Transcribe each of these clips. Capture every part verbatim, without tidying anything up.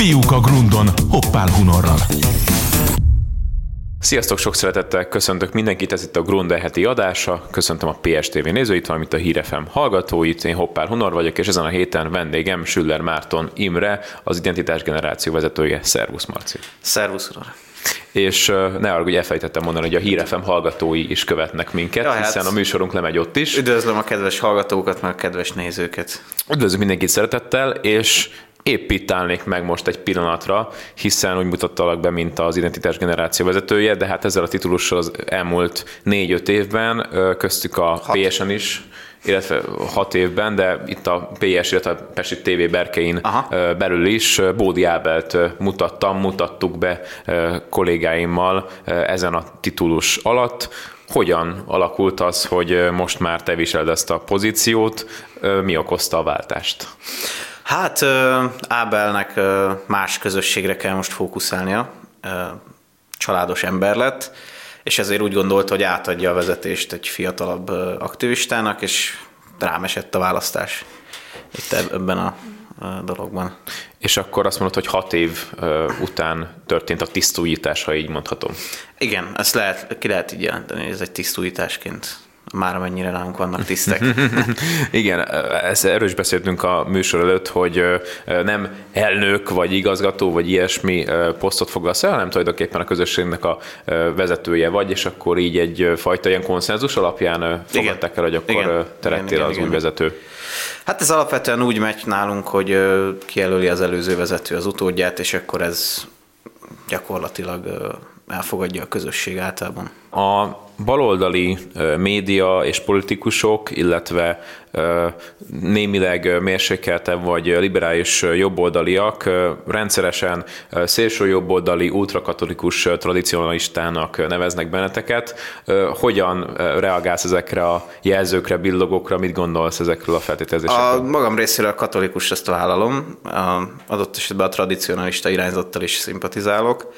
Fiúk a Grundon, Hoppál Hunorral. Sziasztok, sok szeretettel köszöntök mindenkit, ez itt a Grund heti adása. Köszöntöm a pé es té vé nézőit, valamint a Hír ef em hallgatóit. Én Hoppál Hunor vagyok, és ezen a héten vendégem Süller Márton Imre, az Identitás Generáció vezetője. Szervusz, Marci. Szervusz, uram. És ne arra, hogy elfelejtettem mondani, hogy a Hír ef em hallgatói is követnek minket, ja, hiszen hát a műsorunk lemegy ott is. Üdvözlöm a kedves hallgatókat, meg a kedves nézőket. Üdvözlök mindenkit szeretettel, és épp itt állnék meg most egy pillanatra, hiszen úgy mutattalak be, mint az Identitás Generáció vezetője, de hát ezzel a titulussal az elmúlt négy-öt évben, köztük a hat. pé esen is, illetve hat évben, de itt a pé es, illetve a Pesti té vé berkein Aha. belül is Bódi Ábelt mutattam, mutattuk be kollégáimmal ezen a titulus alatt. Hogyan alakult az, hogy most már te viseled ezt a pozíciót? Mi okozta a váltást? Hát Ábelnek más közösségre kell most fókuszálnia, családos ember lett, és ezért úgy gondolta, hogy átadja a vezetést egy fiatalabb aktivistának, és rám esett a választás itt ebben a dologban. És akkor azt mondod, hogy hat év után történt a tisztújítás, ha így mondhatom. Igen, ezt lehet, ki lehet így jelenteni, hogy ez egy tisztújításként. Már amennyire nálunk vannak tisztek. Igen, ezt erről is beszéltünk a műsor előtt, hogy nem elnök, vagy igazgató, vagy ilyesmi posztot foglalsz el, hanem tulajdonképpen a közösségnek a vezetője vagy, és akkor így egyfajta ilyen konszenzus alapján fogadták el, hogy akkor igen, te lettél igen, az igen, új igen. vezető. Hát ez alapvetően úgy megy nálunk, hogy kijelöli az előző vezető az utódját, és akkor ez gyakorlatilag elfogadja a közösség általában. A baloldali média és politikusok, illetve némileg mérsékeltebb vagy liberális jobboldaliak rendszeresen szélső jobboldali, ultrakatolikus tradicionalistának neveznek benneteket. Hogyan reagálsz ezekre a jelzőkre, billogókra? Mit gondolsz ezekről a feltételezésekről? A magam részéről a katolikus ezt vállalom. A adott esetben a tradicionalista irányzattal is szimpatizálok.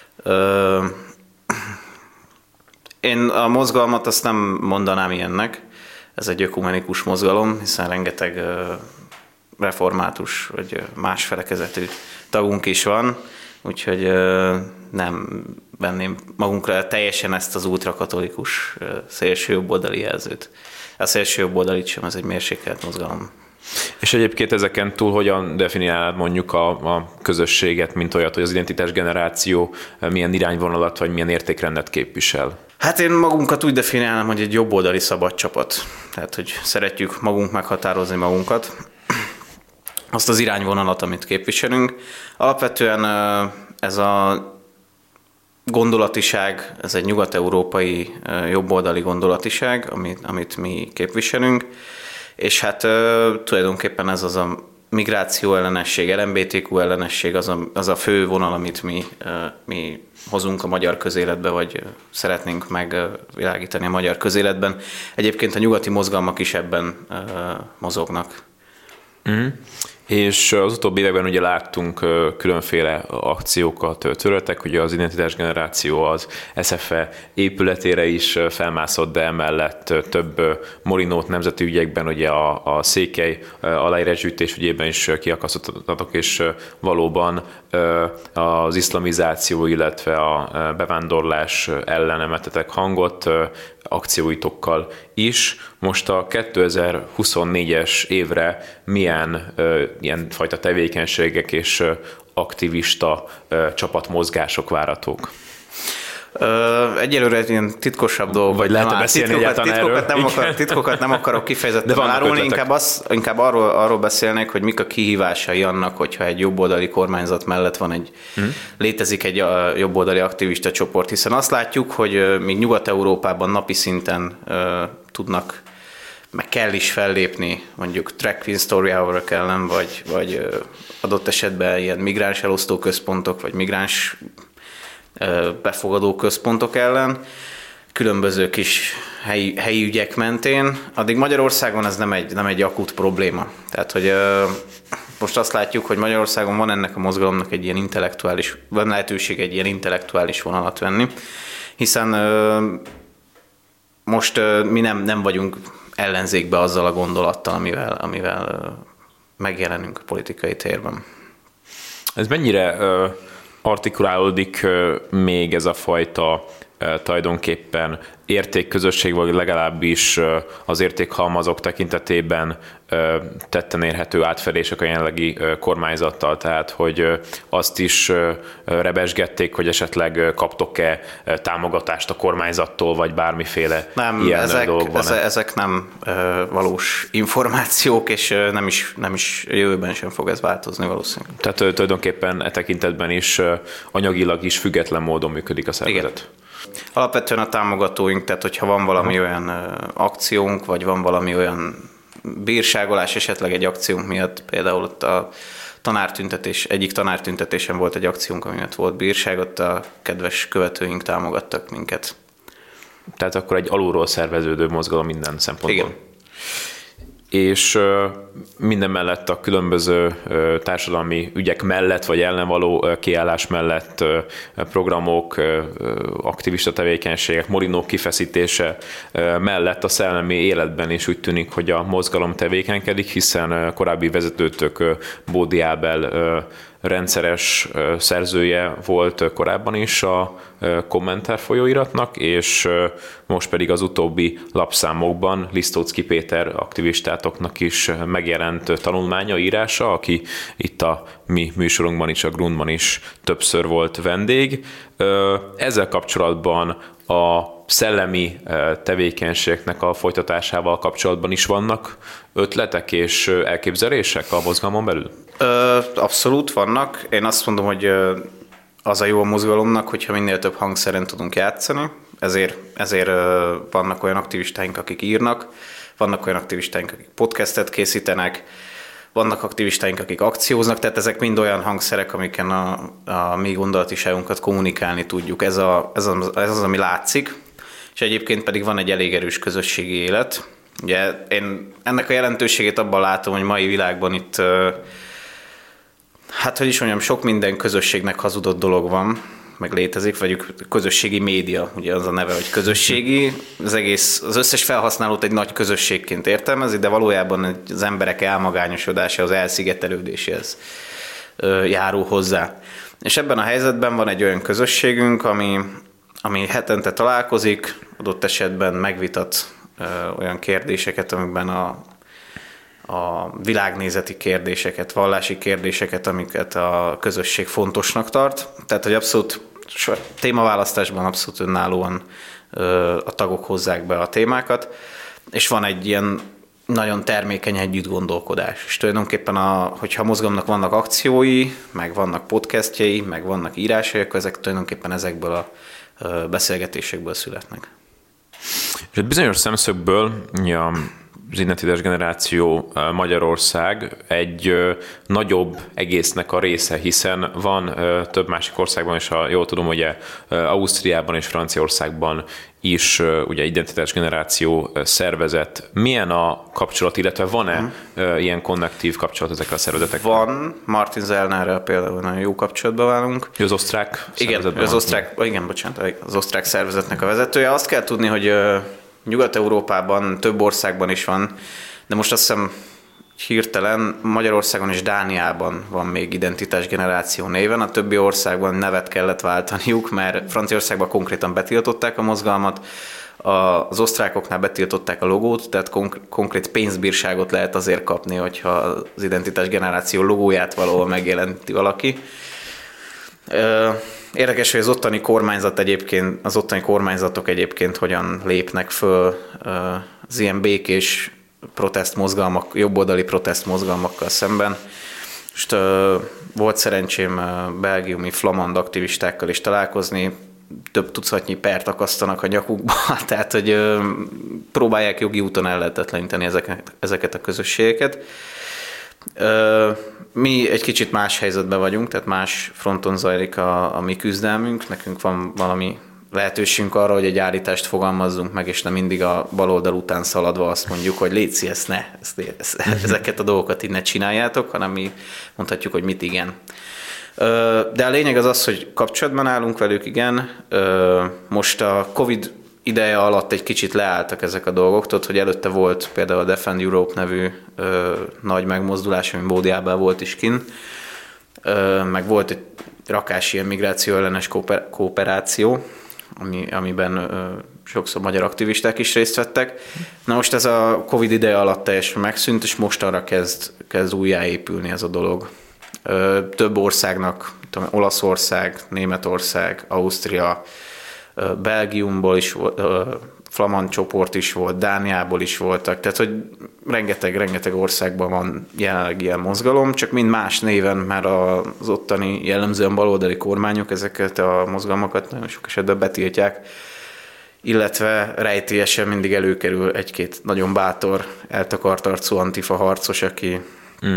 Én a mozgalmat azt nem mondanám ilyennek, ez egy ökumenikus mozgalom, hiszen rengeteg református vagy más felekezetű tagunk is van, úgyhogy nem venném magunkra teljesen ezt az ultrakatolikus szélsőjobboldali jelzőt. A szélsőjobboldalit sem, ez egy mérsékelt mozgalom. És egyébként ezeken túl hogyan definiálnád mondjuk a, a közösséget, mint olyat, hogy az Identitás Generáció milyen irányvonalat vagy milyen értékrendet képvisel? Hát én magunkat úgy definiálnám, hogy egy jobboldali szabad csapat. Tehát, hogy szeretjük magunk meghatározni magunkat, azt az irányvonalat, amit képviselünk. Alapvetően ez a gondolatiság, ez egy nyugat-európai jobboldali gondolatiság, amit, amit mi képviselünk, és hát tulajdonképpen ez az a migráció ellenesség, el em bé té kú ellenesség az a, az a fő vonal, amit mi, mi hozunk a magyar közéletbe, vagy szeretnénk megvilágítani a magyar közéletben. Egyébként a nyugati mozgalmak is ebben mozognak. Mm. És az utóbbi években ugye láttunk különféle akciókat töröltek, ugye az Identitás Generáció az es ef e épületére is felmászott, de emellett több morinót nemzeti ügyekben, ugye a, a Székely aláírásgyűjtés ügyében is kiakasztottatok, és valóban az iszlamizáció, illetve a bevándorlás ellen emeltetek hangot akcióitokkal is. Most a kétezer-huszonnégyes évre milyen uh, ilyen fajta tevékenységek és uh, aktivista uh, csapatmozgások várhatók? Uh, egyelőre ilyen titkosabb dolgok. Vagy lehet beszélni titkokat, titkokat, nem akar, titkokat nem akarok kifejezetten árulni, inkább, az, inkább arról, arról beszélnék, hogy mik a kihívásai annak, hogyha egy jobboldali kormányzat mellett van egy, hmm. létezik egy jobboldali aktivista csoport, hiszen azt látjuk, hogy még Nyugat-Európában napi szinten uh, tudnak, meg kell is fellépni, mondjuk Drag Queen Story Hour-ok ellen, vagy, vagy uh, adott esetben ilyen migráns elosztó központok, vagy migráns befogadó központok ellen, különböző kis helyi, helyi ügyek mentén. Addig Magyarországon ez nem egy, nem egy akut probléma. Tehát, hogy most azt látjuk, hogy Magyarországon van ennek a mozgalomnak egy ilyen intellektuális, van lehetőség egy ilyen intellektuális vonalat venni, hiszen most mi nem, nem vagyunk ellenzékbe azzal a gondolattal, amivel, amivel megjelenünk a politikai térben. Ez mennyire uh, artikulálódik uh, még ez a fajta uh, tulajdonképpen értékközösség, vagy legalábbis uh, az értékhalmazok tekintetében uh, tetten érhető átfedések a jelenlegi uh, kormányzattal, tehát hogy uh, azt is uh, rebesgették, hogy esetleg uh, kaptok-e uh, támogatást a kormányzattól, vagy bármiféle nem, ilyen ezek, dolog van. Ezek, ezek nem uh, valós információk, és uh, nem, is, nem is jövőben sem fog ez változni valószínűleg. Tehát uh, tulajdonképpen e tekintetben is uh, anyagilag is független módon működik a szervezet. Igen. Alapvetően a támogatóink, tehát hogyha van valami olyan akciónk, vagy van valami olyan bírságolás esetleg egy akciónk miatt, például ott a tanártüntetés, egyik tanártüntetésen volt egy akciónk, amiatt volt bírság, ott a kedves követőink támogattak minket. Tehát akkor egy alulról szerveződő mozgalom minden szempontból. Igen. És minden mellett a különböző társadalmi ügyek mellett, vagy ellen való kiállás mellett programok, aktivista tevékenységek, molinók kifeszítése mellett a szellemi életben is úgy tűnik, hogy a mozgalom tevékenykedik, hiszen korábbi vezetőtök Bódi Ábel rendszeres szerzője volt korábban is a kommentár folyóiratnak, és most pedig az utóbbi lapszámokban Lisztóczky Péter aktivistátoknak is megjelent tanulmánya, írása, aki itt a mi műsorunkban is, a Grundban is többször volt vendég. Ezzel kapcsolatban a szellemi tevékenységnek a folytatásával kapcsolatban is vannak ötletek és elképzelések a mozgalmon belül? Abszolút vannak. Én azt mondom, hogy az a jó a mozgalomnak, hogyha minél több hangszeren tudunk játszani. Ezért, ezért vannak olyan aktivistáink, akik írnak, vannak olyan aktivistáink, akik podcastet készítenek, vannak aktivistáink, akik akcióznak, tehát ezek mind olyan hangszerek, amiken a, a mi gondolatiságunkat kommunikálni tudjuk. Ez, a, ez, az, ez az, ami látszik, és egyébként pedig van egy elég erős közösségi élet. Ugye én ennek a jelentőségét abban látom, hogy mai világban itt, hát hogy is mondjam, sok minden közösségnek hazudott dolog van, meg létezik, vagy közösségi média, ugye az a neve, hogy közösségi, az egész, az összes felhasználót egy nagy közösségként értelmezik, de valójában az emberek elmagányosodása, az elszigetelődéséhez járul hozzá. És ebben a helyzetben van egy olyan közösségünk, ami, ami hetente találkozik, adott esetben megvitat olyan kérdéseket, amikben a, a világnézeti kérdéseket, vallási kérdéseket, amiket a közösség fontosnak tart. Tehát, hogy abszolút témaválasztásban abszolút önállóan a tagok hozzák be a témákat, és van egy ilyen nagyon termékeny együtt gondolkodás. És tulajdonképpen, a, hogyha a mozgalomnak vannak akciói, meg vannak podcastjai, meg vannak írásai, akkor ezek tulajdonképpen ezekből a beszélgetésekből születnek. És bizonyos szemszögből ja, az identitás generáció Magyarország egy nagyobb egésznek a része, hiszen van több másik országban is, ha jól tudom, ugye Ausztriában és Franciaországban is ugye identitás generáció szervezet. Milyen a kapcsolat, illetve van-e mm. ilyen konnektív kapcsolat ezekkel a szervezetekkel? Van, Martin Zellnerrel például nagyon jó kapcsolatban válunk. Az osztrák igen, az osztrák, igen, bocsánat, az osztrák szervezetnek a vezetője. Azt kell tudni, hogy Nyugat-Európában több országban is van, de most azt hiszem hirtelen Magyarországon és Dániában van még identitás generáció néven, a többi országban nevet kellett váltaniuk, mert Franciaországban konkrétan betiltották a mozgalmat, az osztrákoknál betiltották a logót, tehát konk- konkrét pénzbírságot lehet azért kapni, hogyha az identitás generáció logóját valahol megjelenti valaki. Érdekes, hogy az ottani kormányzat egyébként, az ottani kormányzatok egyébként hogyan lépnek föl az ilyen békés protestmozgalmak, jobboldali protestmozgalmakkal szemben. Most volt szerencsém belgiumi flamand aktivistákkal is találkozni, több tucatnyi pert akasztanak a nyakukba, tehát hogy próbálják jogi úton ellehetetleníteni ezeket, ezeket a közösségeket. Mi egy kicsit más helyzetben vagyunk, tehát más fronton zajlik a, a mi küzdelmünk. Nekünk van valami lehetőségünk arra, hogy egy állítást fogalmazzunk meg, és nem mindig a baloldal után szaladva azt mondjuk, hogy létszi, ezt ne, ezt, ezt, ezeket a dolgokat így ne csináljátok, hanem mi mondhatjuk, hogy mit igen. De a lényeg az az, hogy kapcsolatban állunk velük, igen. Most a Covid ideje alatt egy kicsit leálltak ezek a dolgok, tudod, hogy előtte volt például a Defend Europe nevű ö, nagy megmozdulás, ami Bódi Ábel volt is kint, meg volt egy rakás ilyen migráció ellenes kooperáció, ami, amiben sokszor magyar aktivisták is részt vettek. Na most ez a Covid ideje alatt teljesen megszűnt, és mostanra kezd, kezd újjáépülni ez a dolog. Több országnak, tudom, Olaszország, Németország, Ausztria, Belgiumból is volt, flamand csoport is volt, Dániából is voltak, tehát hogy rengeteg, rengeteg országban van jelenleg ilyen mozgalom, csak mind más néven, már az ottani jellemzően baloldali kormányok ezeket a mozgalmakat nagyon sok esetben betiltják, illetve rejtélyesen mindig előkerül egy-két nagyon bátor, eltakart arcú antifa harcos, aki, mm.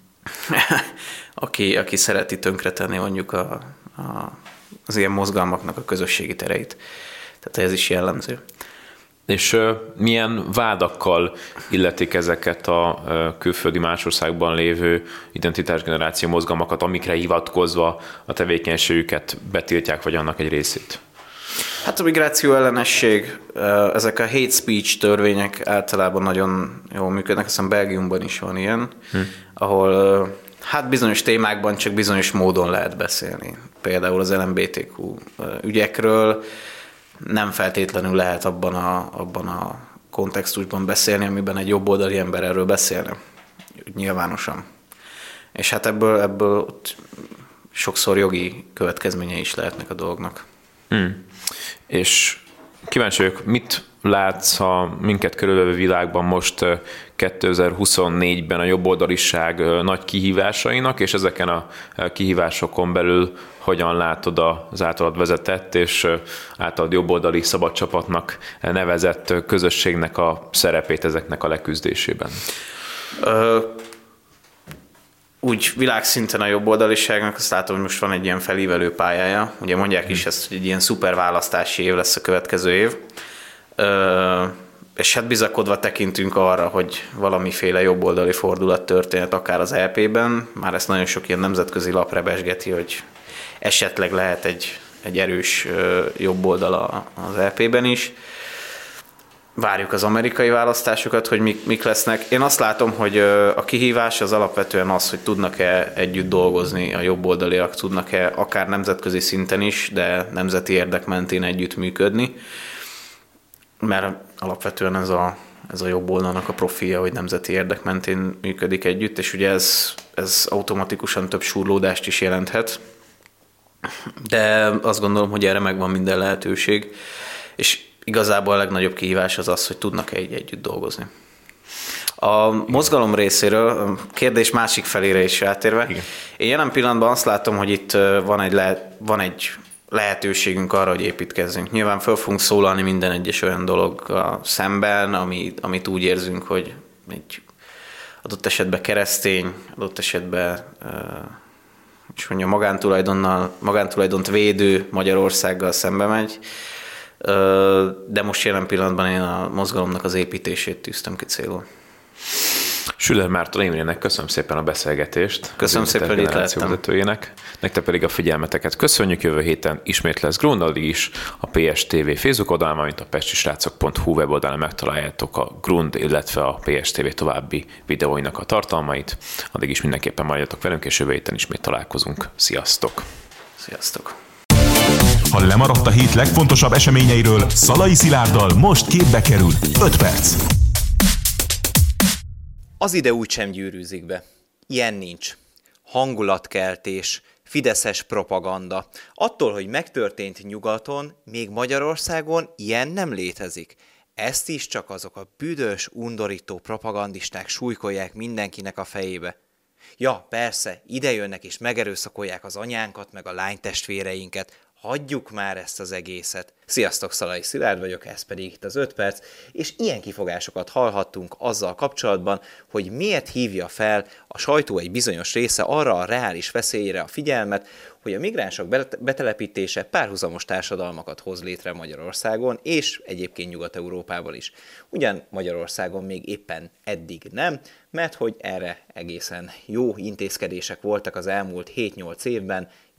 aki, aki szereti tönkretenni mondjuk a, a, az ilyen mozgalmaknak a közösségi tereit. Tehát ez is jellemző. És uh, milyen vádakkal illetik ezeket a uh, külföldi más országban lévő identitásgeneráció mozgalmakat, amikre hivatkozva a tevékenységüket betiltják, vagy annak egy részét? Hát a migráció ellenesség, ezek a hate speech törvények általában nagyon jól működnek, aztán Belgiumban is van ilyen, hm. ahol hát bizonyos témákban csak bizonyos módon lehet beszélni. Például az el em bé té kú ügyekről nem feltétlenül lehet abban a, abban a kontextusban beszélni, amiben egy jobboldali ember erről beszélne, nyilvánosan. És hát ebből, ebből ott sokszor jogi következményei is lehetnek a dolgnak. Hmm. És kíváncsi vagyok, mit látsz a minket körülvevő világban most kétezer-huszonnégyben a jobboldaliság nagy kihívásainak, és ezeken a kihívásokon belül hogyan látod az általad vezetett és általad jobboldali szabadcsapatnak nevezett közösségnek a szerepét ezeknek a leküzdésében? Ö, úgy világszinten a jobboldaliságnak azt látom, hogy most van egy ilyen felívelő pályája. Ugye mondják is ezt, hogy egy ilyen szuper választási év lesz a következő év. Ö, és hát bizakodva tekintünk arra, hogy valamiféle jobboldali fordulat történhet akár az é pében. Már ezt nagyon sok ilyen nemzetközi lap rebesgeti, hogy esetleg lehet egy, egy erős jobboldal az é pében is. Várjuk az amerikai választásokat, hogy mik, mik lesznek. Én azt látom, hogy a kihívás az alapvetően az, hogy tudnak-e együtt dolgozni a jobboldaliak, tudnak-e akár nemzetközi szinten is, de nemzeti érdek mentén együtt működni. Mert alapvetően ez a, ez a jobboldalnak a profilja, hogy nemzeti érdek mentén működik együtt, és ugye ez, ez automatikusan több súrlódást is jelenthet. De azt gondolom, hogy erre megvan minden lehetőség, és igazából a legnagyobb kihívás az az, hogy tudnak-e így együtt dolgozni. A mozgalom részéről, a kérdés másik felére is rátérve, igen. Én jelen pillanatban azt látom, hogy itt van egy, le, van egy lehetőségünk arra, hogy építkezzünk. Nyilván föl fogunk szólalni minden egyes olyan dologgal szemben, ami, amit úgy érzünk, hogy egy adott esetben keresztény, adott esetben és mondja, magántulajdonnal, magántulajdont védő Magyarországgal szembe megy, de most jelen pillanatban én a mozgalomnak az építését tűztem ki célul. Süller Márton Imrének köszönöm szépen a beszélgetést. Köszönöm szépen, hogy itt lettem. Nektek pedig a figyelmeteket köszönjük. Jövő héten ismét lesz Grund, addig is a pé es té vé Facebook oldalán, valamint a pestisrácok pont hu weboldalán megtaláljátok a Grund, illetve a pé es té vé további videóinak a tartalmait. Addig is mindenképpen maradjatok velünk, és jövő héten ismét találkozunk. Sziasztok! Sziasztok! Ha lemaradt a hét legfontosabb eseményeiről, Szalai Szilárddal most képbe kerül öt perc. Az ide úgysem gyűrűzik be. Ilyen nincs. Hangulatkeltés, fideszes propaganda. Attól, hogy megtörtént nyugaton, még Magyarországon ilyen nem létezik. Ezt is csak azok a büdös, undorító propagandisták súlykolják mindenkinek a fejébe. Ja, persze, ide jönnek és megerőszakolják az anyánkat, meg a lánytestvéreinket. Hagyjuk már ezt az egészet. Sziasztok, Szalai Szilárd vagyok, ez pedig itt az öt perc, és ilyen kifogásokat hallhattunk azzal kapcsolatban, hogy miért hívja fel a sajtó egy bizonyos része arra a reális veszélyre a figyelmet, hogy a migránsok betelepítése párhuzamos társadalmakat hoz létre Magyarországon, és egyébként Nyugat-Európában is. Ugyan Magyarországon még éppen eddig nem, mert hogy erre egészen jó intézkedések voltak az elmúlt hét-nyolc évben,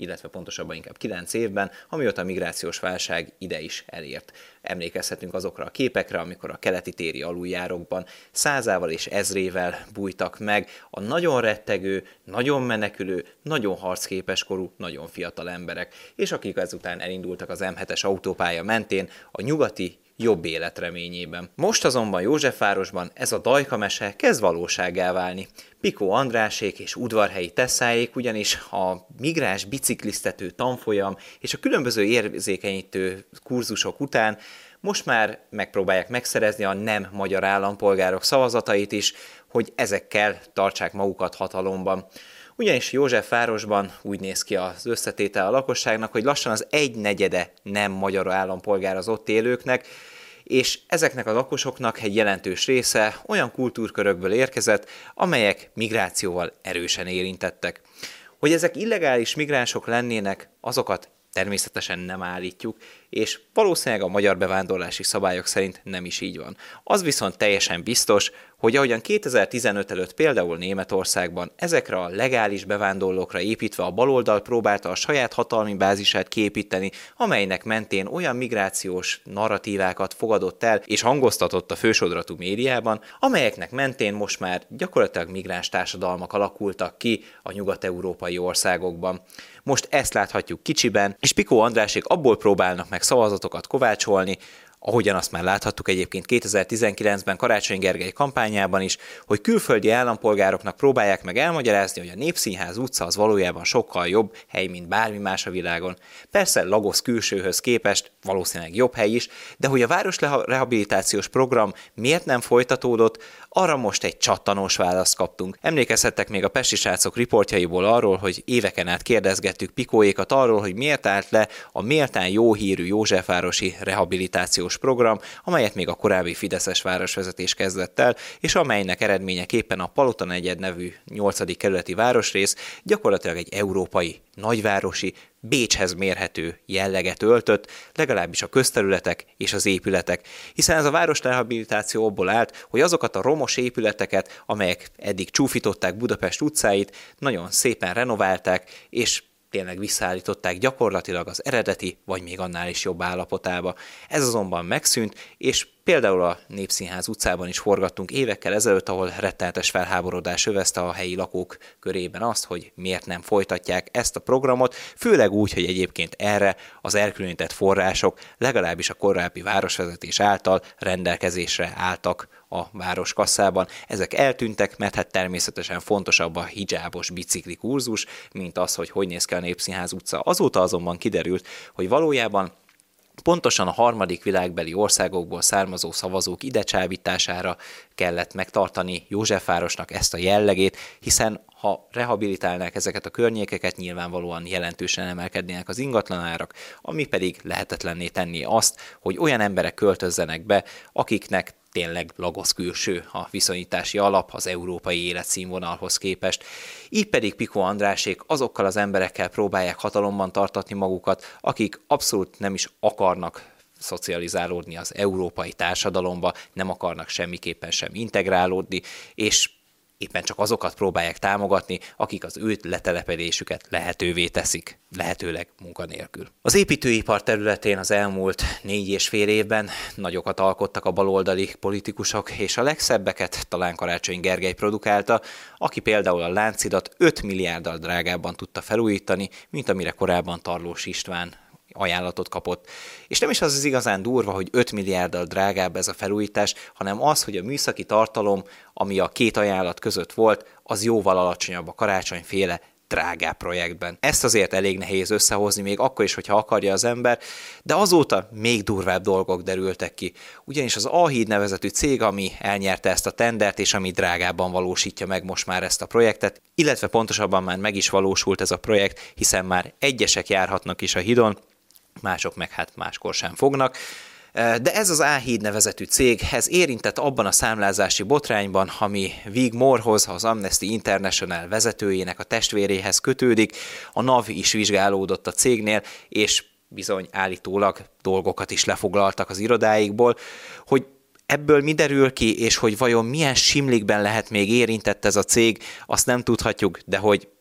illetve pontosabban inkább kilenc évben, amióta a migrációs válság ide is elért. Emlékezhetünk azokra a képekre, amikor a keleti téri aluljárokban százával és ezrével bújtak meg a nagyon rettegő, nagyon menekülő, nagyon harcképes korú, nagyon fiatal emberek, és akik ezután elindultak az em hetes autópálya mentén a nyugati jobb élet reményében. Most azonban Józsefvárosban ez a dajkamese kezd valósággá válni. Pikó Andrásék és udvarhelyi tesszáék ugyanis a migráns biciklisztető tanfolyam és a különböző érzékenyítő kurzusok után most már megpróbálják megszerezni a nem magyar állampolgárok szavazatait is, hogy ezekkel tartsák magukat hatalomban. Ugyanis Józsefvárosban úgy néz ki az összetétel a lakosságnak, hogy lassan az egynegyede nem magyar állampolgár az ott élőknek, és ezeknek a lakosoknak egy jelentős része olyan kultúrkörökből érkezett, amelyek migrációval erősen érintettek. Hogy ezek illegális migránsok lennének, azokat természetesen nem állítjuk, és valószínűleg a magyar bevándorlási szabályok szerint nem is így van. Az viszont teljesen biztos, hogy ahogyan kétezer-tizenöt előtt például Németországban ezekre a legális bevándorlókra építve a baloldal próbálta a saját hatalmi bázisát kiépíteni, amelynek mentén olyan migrációs narratívákat fogadott el és hangoztatott a fősodratú médiában, amelyeknek mentén most már gyakorlatilag migráns társadalmak alakultak ki a nyugat-európai országokban. Most ezt láthatjuk kicsiben, és Pikó Andrásék abból próbálnak meg szavazatokat kovácsolni, ahogyan azt már láthattuk egyébként kétezer-tizenkilencben Karácsony Gergely kampányában is, hogy külföldi állampolgároknak próbálják meg elmagyarázni, hogy a Népszínház utca az valójában sokkal jobb hely, mint bármi más a világon. Persze Lagos külsőhöz képest valószínűleg jobb hely is, de hogy a városrehabilitációs program miért nem folytatódott, arra most egy csattanós választ kaptunk. Emlékezhettek még a pesti srácok riportjaiból arról, hogy éveken át kérdezgettük Pikóékat arról, hogy miért állt le a méltán jó hírű józsefvárosi rehabilitációs program, amelyet még a korábbi fideszes városvezetés kezdett el, és amelynek eredményeképpen a Palota negyed nevű nyolcadik kerületi városrész gyakorlatilag egy európai, nagyvárosi, Bécshez mérhető jelleget öltött, legalábbis a közterületek és az épületek, hiszen ez a városrehabilitáció abból állt, hogy azokat a romos épületeket, amelyek eddig csúfították Budapest utcáit, nagyon szépen renoválták, és tényleg visszaállították gyakorlatilag az eredeti, vagy még annál is jobb állapotába. Ez azonban megszűnt, és például a Népszínház utcában is forgattunk évekkel ezelőtt, ahol rettenetes felháborodás övezte a helyi lakók körében azt, hogy miért nem folytatják ezt a programot, főleg úgy, hogy egyébként erre az elkülönített források legalábbis a korábbi városvezetés által rendelkezésre álltak a városkasszában. Ezek eltűntek, mert hát természetesen fontosabb a hidzsábos bicikli kurzus, mint az, hogy hogy néz ki a Népszínház utca. Azóta azonban kiderült, hogy valójában pontosan a harmadik világbeli országokból származó szavazók idecsábítására kellett megtartani Józsefvárosnak ezt a jellegét, hiszen ha rehabilitálnák ezeket a környékeket, nyilvánvalóan jelentősen emelkednének az ingatlanárak, ami pedig lehetetlenné tenni azt, hogy olyan emberek költözzenek be, akiknek tényleg Lagos külső a viszonyítási alap az európai életszínvonalhoz képest. Így pedig Pikó Andrásék azokkal az emberekkel próbálják hatalomban tartatni magukat, akik abszolút nem is akarnak szocializálódni az európai társadalomba, nem akarnak semmiképpen sem integrálódni, és éppen csak azokat próbálják támogatni, akik az ő letelepedésüket lehetővé teszik, lehetőleg munkanélkül. Az építőipar területén az elmúlt négy és fél évben nagyokat alkottak a baloldali politikusok, és a legszebbeket talán Karácsony Gergely produkálta, aki például a Láncidat öt milliárddal drágábban tudta felújítani, mint amire korábban Tarlós István ajánlatot kapott. És nem is az az igazán durva, hogy öt milliárddal drágább ez a felújítás, hanem az, hogy a műszaki tartalom, ami a két ajánlat között volt, az jóval alacsonyabb a karácsonyféle drágább projektben. Ezt azért elég nehéz összehozni, még akkor is, hogyha akarja az ember, de azóta még durvább dolgok derültek ki. Ugyanis az A-híd nevezetű cég, ami elnyerte ezt a tendert, és ami drágábban valósítja meg most már ezt a projektet, illetve pontosabban már meg is valósult ez a projekt, hiszen már egyesek járhatnak is a hídon, mások meg hát máskor sem fognak. De ez az A-híd nevezetű cég, ez érintett abban a számlázási botrányban, ami Vig Morhoz, az Amnesty International vezetőjének a testvéréhez kötődik. A NAV is vizsgálódott a cégnél, és bizony állítólag dolgokat is lefoglaltak az irodáikból, hogy ebből mi derül ki, és hogy vajon milyen simlikben lehet még érintett ez a cég, azt nem tudhatjuk, de hogy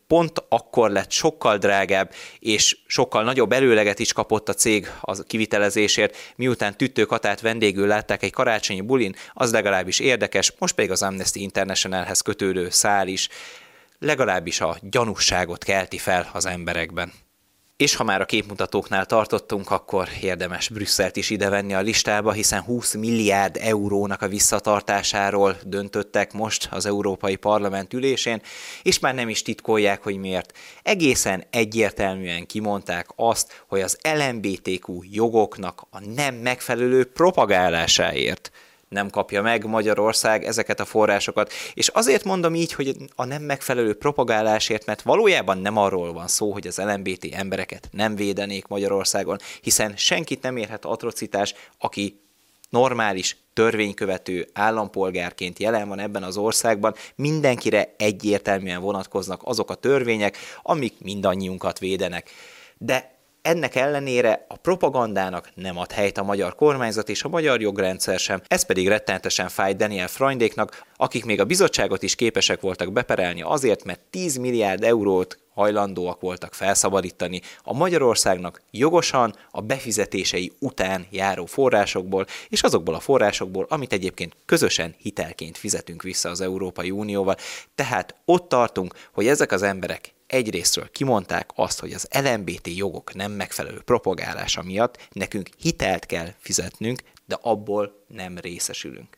pont akkor lett sokkal drágább, és sokkal nagyobb előleget is kapott a cég a kivitelezésért, miután tüttőkatát vendégül látták egy karácsonyi bulin, az legalábbis érdekes, most pedig az Amnesty Internationalhez kötődő szál is legalábbis a gyanússágot kelti fel az emberekben. És ha már a képmutatóknál tartottunk, akkor érdemes Brüsszelt is idevenni a listába, hiszen húsz milliárd eurónak a visszatartásáról döntöttek most az Európai Parlament ülésén, és már nem is titkolják, hogy miért. Egészen egyértelműen kimondták azt, hogy az el em bé té kú jogoknak a nem megfelelő propagálásáért nem kapja meg Magyarország ezeket a forrásokat. És azért mondom így, hogy a nem megfelelő propagálásért, mert valójában nem arról van szó, hogy az el em bé té embereket nem védenék Magyarországon, hiszen senkit nem érhet atrocitás, aki normális, törvénykövető állampolgárként jelen van ebben az országban, mindenkire egyértelműen vonatkoznak azok a törvények, amik mindannyiunkat védenek. De ennek ellenére a propagandának nem ad helyt a magyar kormányzat és a magyar jogrendszer sem, ez pedig rettenetesen fáj Daniel Freundéknak, akik még a bizottságot is képesek voltak beperelni azért, mert tíz milliárd eurót hajlandóak voltak felszabadítani a Magyarországnak jogosan a befizetései után járó forrásokból, és azokból a forrásokból, amit egyébként közösen hitelként fizetünk vissza az Európai Unióval. Tehát ott tartunk, hogy ezek az emberek egyrésztről kimondták azt, hogy az el em bé té jogok nem megfelelő propagálása miatt nekünk hitelt kell fizetnünk, de abból nem részesülünk.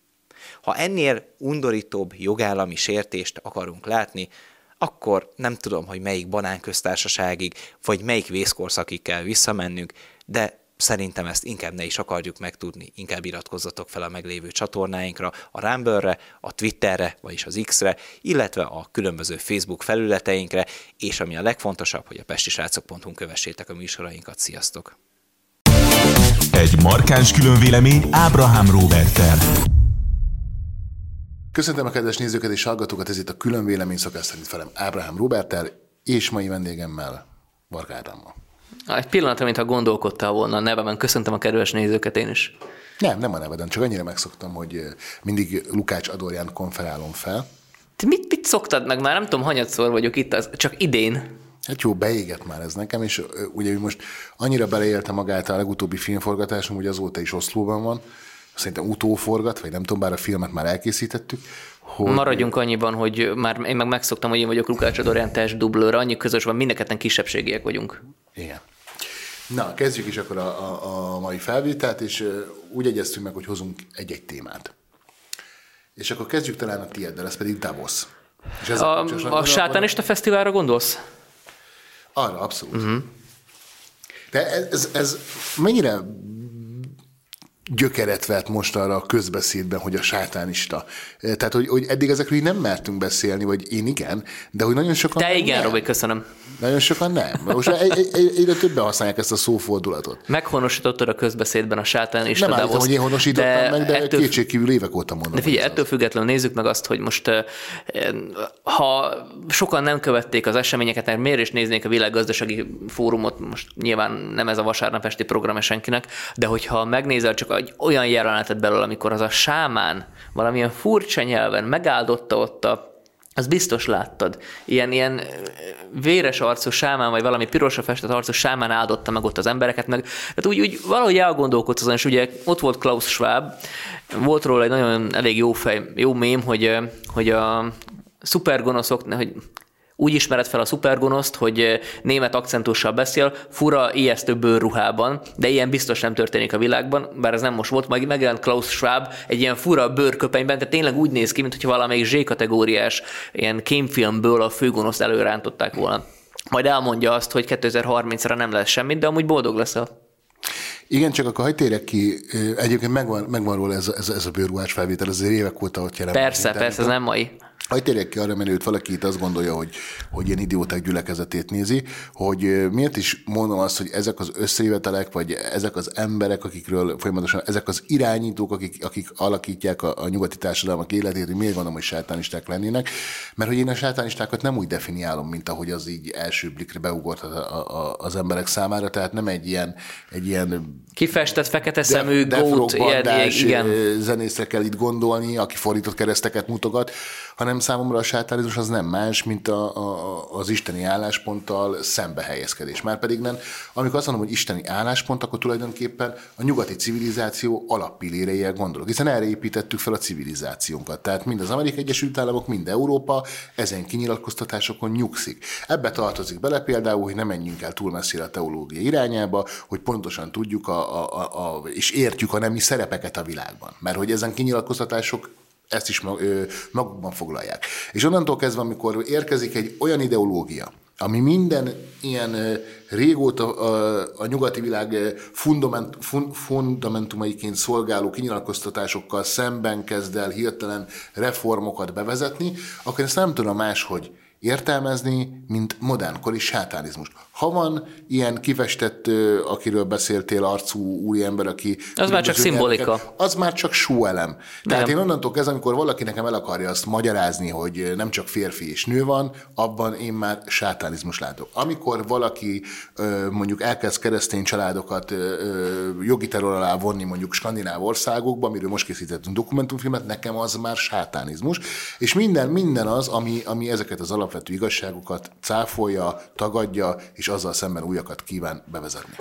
Ha ennél undorítóbb jogállami sértést akarunk látni, akkor nem tudom, hogy melyik banánköztársaságig, vagy melyik vészkorszakig kell visszamennünk, de szerintem ezt inkább ne is akarjuk megtudni, inkább iratkozzatok fel a meglévő csatornáinkra, a Rumble-re, a Twitterre, vagyis az X-re, illetve a különböző Facebook felületeinkre, és ami a legfontosabb, hogy a pestisrácok pont hu-n kövessétek a műsorainkat. Sziasztok! Egy markáns különvélemény Ábrahám Róberttel. Köszöntöm a kedves nézőket és hallgatókat, ez itt a különvélemény, szokás szerint velem Ábrahám Róberttel, és mai vendégemmel Varga Ádámmal. Egy pillanatra, mintha gondolkodtál volna a nevemen. Köszöntöm a kedves nézőket én is. Nem, nem a neveden, csak annyira megszoktam, hogy mindig Lukács Adorján konferálom fel. Te mit, mit szoktad meg? Már nem tudom, hanyatszor vagyok itt, az, csak idén. Hát jó, beégett már ez nekem, és ugye most annyira beleélte magát a legutóbbi filmforgatásom, hogy azóta is Oszlóban van, szerintem utóforgat, vagy nem tudom, bár a filmet már elkészítettük. Hogy... Maradjunk annyiban, hogy már én meg megszoktam, hogy én vagyok Lukács Adorján testdublőr, annyi közös van, mindenketten kisebbségiek vagyunk. Igen. Na, kezdjük is akkor a, a, a mai felvételt, és úgy egyeztünk meg, hogy hozunk egy-egy témát. És akkor kezdjük talán a tiéddel, ez pedig Davos. És ez a a, a sátánista fesztiválra gondolsz? Arra, abszolút. Uh-huh. De ez, ez, ez mennyire gyökeret vett most arra a közbeszédben, hogy a sátánista. Tehát, hogy, hogy eddig ezekről így nem mertünk beszélni, vagy én igen, de hogy nagyon sokan Te igen, nem. Robi, köszönöm. Nagyon sokan nem. Most egyre többen használják ezt a szófordulatot. Meghonosítottad a közbeszédben a sátánista. Nem állítom, hogy én honosítottam de meg, de ettől... kétségkívül évek óta mondom. De figyelj, ettől függetlenül nézzük meg azt, hogy most ha sokan nem követték az eseményeket, mert miért is néznék a Világgazdasági Fórumot, most nyilván nem ez a vasárnap esti program senkinek, de hogyha megnézel csak egy olyan jelenetet belőle, amikor az a sámán valamilyen furcsa nyelven megáldotta ott a azt biztos láttad. Ilyen, ilyen véres arcú sámán, vagy valami pirosra festett arcú sámán áldotta meg ott az embereket, meg tehát úgy, úgy valahogy elgondolkodsz azon, és ugye ott volt Klaus Schwab, volt róla egy nagyon elég jó fej, jó mém, hogy, hogy a szupergonoszok, hogy úgy ismered fel a szupergonoszt, hogy német akcentussal beszél, fura, ijesztő bőrruhában, de ilyen biztos nem történik a világban, bár ez nem most volt, majd megjelent Klaus Schwab egy ilyen fura bőrköpenyben, tehát tényleg úgy néz ki, mintha valamelyik Z-kategóriás ilyen kémfilmből a főgonoszt előrántották volna. Majd elmondja azt, hogy kétezer-harmincra nem lesz semmit, de amúgy boldog leszel. Igen, csak akkor hadd térjek ki, egyébként megvan, megvan róla ez, ez, ez a bőrruhás felvétel, ez évek óta ott jelen. Persze, persze, ez nem mai. Hadd térjek ki arra, mert őt valaki itt azt gondolja, hogy, hogy ilyen idióták gyülekezetét nézi, hogy miért is mondom azt, hogy ezek az összejövetelek, vagy ezek az emberek, akikről folyamatosan, ezek az irányítók, akik, akik alakítják a, a nyugati társadalmak életét, hogy miért gondolom, hogy sátánisták lennének, mert hogy én a sátánistákat nem úgy definiálom, mint ahogy az így első blikre beugort az emberek számára, tehát nem egy ilyen, egy ilyen kifestett, fekete szemű, gót, ilyen, igen. zenészre kell itt gondolni, aki fordított kereszteket mutogat, hanem hanem számomra a sátánizmus az nem más, mint a, a, az isteni állásponttal szembe helyezkedés. Márpedig nem, amikor azt mondom, hogy isteni álláspont, akkor tulajdonképpen a nyugati civilizáció alappilléreivel gondolok, hiszen erre építettük fel a civilizációnkat. Tehát mind az Amerikai Egyesült Államok, mind Európa ezen kinyilatkoztatásokon nyugszik. Ebbe tartozik bele például, hogy ne menjünk el túl messzire a teológia irányába, hogy pontosan tudjuk a, a, a, a, és értjük a nemi szerepeket a világban. Mert hogy ezen kinyilatkoztatások ezt is magukban foglalják. És onnantól kezdve, amikor érkezik egy olyan ideológia, ami minden ilyen régóta a, a nyugati világ fundament, fund, fundamentumaiként szolgáló kinyilatkoztatásokkal szemben kezd el hirtelen reformokat bevezetni, akkor ezt nem tudom máshogy értelmezni, mint modernkori sátánizmust. Ha van ilyen kifestett, akiről beszéltél, arcú úriember, aki... Az már csak szimbolika. Az már csak súlyelem. Tehát nem. Én onnantól kezdve, amikor valaki nekem el akarja azt magyarázni, hogy nem csak férfi és nő van, abban én már sátánizmus látok. Amikor valaki mondjuk elkezd keresztény családokat jogi terror alá vonni mondjuk skandináv országokban, amiről most készítettünk dokumentumfilmet, nekem az már sátánizmus. És minden, minden az, ami, ami ezeket az alapvető igazságokat cáfolja, tagadja, és azzal szemben újakat kíván bevezetni.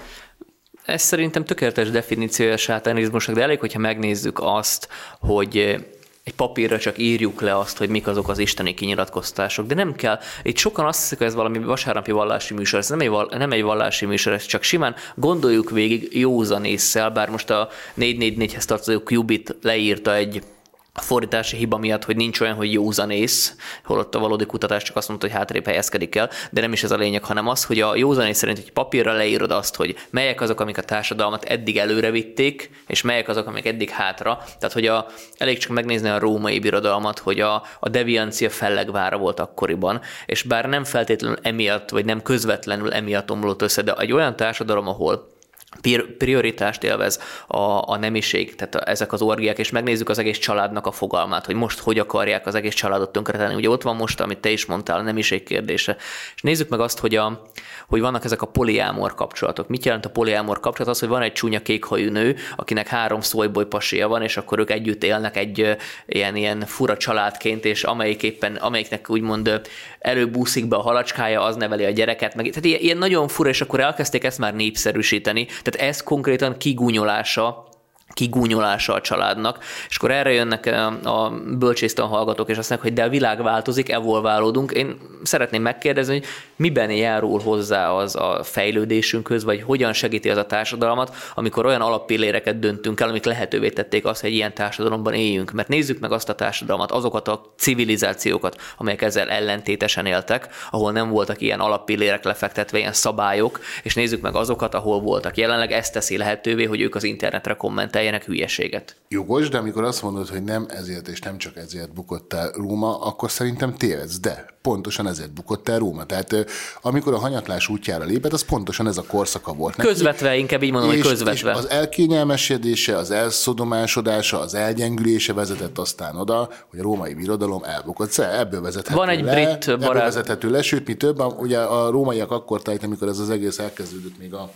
Ez szerintem tökéletes definíciója a sátánizmusnak, de elég, hogyha megnézzük azt, hogy egy papírra csak írjuk le azt, hogy mik azok az isteni kinyilatkoztatások, de nem kell. Itt sokan azt hiszik, hogy ez valami vasárnapi vallási műsor, ez nem egy, val- nem egy vallási műsor, ez csak simán gondoljuk végig józan ésszel, bár most a négy négy négyhez tartozó Qubit leírta egy a fordítási hiba miatt, hogy nincs olyan, hogy józanész, holott a valódi kutatás csak azt mondta, hogy hátrébb helyezkedik el, de nem is ez a lényeg, hanem az, hogy a józanész szerint, hogy papírra leírod azt, hogy melyek azok, amik a társadalmat eddig előre vitték, és melyek azok, amik eddig hátra. Tehát, hogy a, elég csak megnézni a római birodalmat, hogy a, a deviancia fellegvára volt akkoriban, és bár nem feltétlenül emiatt, vagy nem közvetlenül emiatt omlott össze, de egy olyan társadalom, ahol prioritást élvez a, a nemiség, tehát a, ezek az orgiák, és megnézzük az egész családnak a fogalmát, hogy most hogy akarják az egész családot tönkretenni. Ugye ott van most, amit te is mondtál, a nemiség kérdése. És nézzük meg azt, hogy, a, hogy vannak ezek a poliámor kapcsolatok. Mit jelent a poliámor kapcsolat? Az, hogy van egy csúnya kékhajú nő, akinek három szólyboly pasia van, és akkor ők együtt élnek egy ilyen, ilyen fura családként, és amelyik éppen, amelyiknek úgymond előbúszik be a halacskája, az neveli a gyereket. Meg, tehát ilyen, ilyen nagyon fura, és akkor elkezdték ezt már népszerűsíteni. Tehát ez konkrétan kigúnyolása, kigúnyolása a családnak, és akkor erre jönnek a bölcsésztan hallgatók, és azt mondják, hogy de a világ változik, evolválódunk. Én szeretném megkérdezni, hogy miben járul hozzá az a fejlődésünkhöz, vagy hogyan segíti az a társadalmat, amikor olyan alappilléreket döntünk el, amik lehetővé tették azt, hogy ilyen társadalomban éljünk. Mert nézzük meg azt a társadalmat, azokat a civilizációkat, amelyek ezzel ellentétesen éltek, ahol nem voltak ilyen alappillérek lefektetve, ilyen szabályok, és nézzük meg azokat, ahol voltak. Jelenleg ezt teszi lehetővé, hogy ők az internetre kommenteljenek hülyeséget. Jogos, de amikor azt mondod, hogy nem ezért és nem csak ezért bukott el Róma, akkor szerintem tévedsz, de pontosan ezért bukott el Róma. Tehát amikor a hanyatlás útjára lépett, az pontosan ez a korszaka volt neki. Közvetve, inkább így mondom, és, hogy közvetve. És az elkényelmesedése, az elszodomásodása, az elgyengülése vezetett aztán oda, hogy a római birodalom elbukott. Ebből vezethető Van egy le, brit barát. Ebből vezethető le, sőt, mi több, ugye a rómaiak akkor tájt, amikor ez az egész elkezdődött még a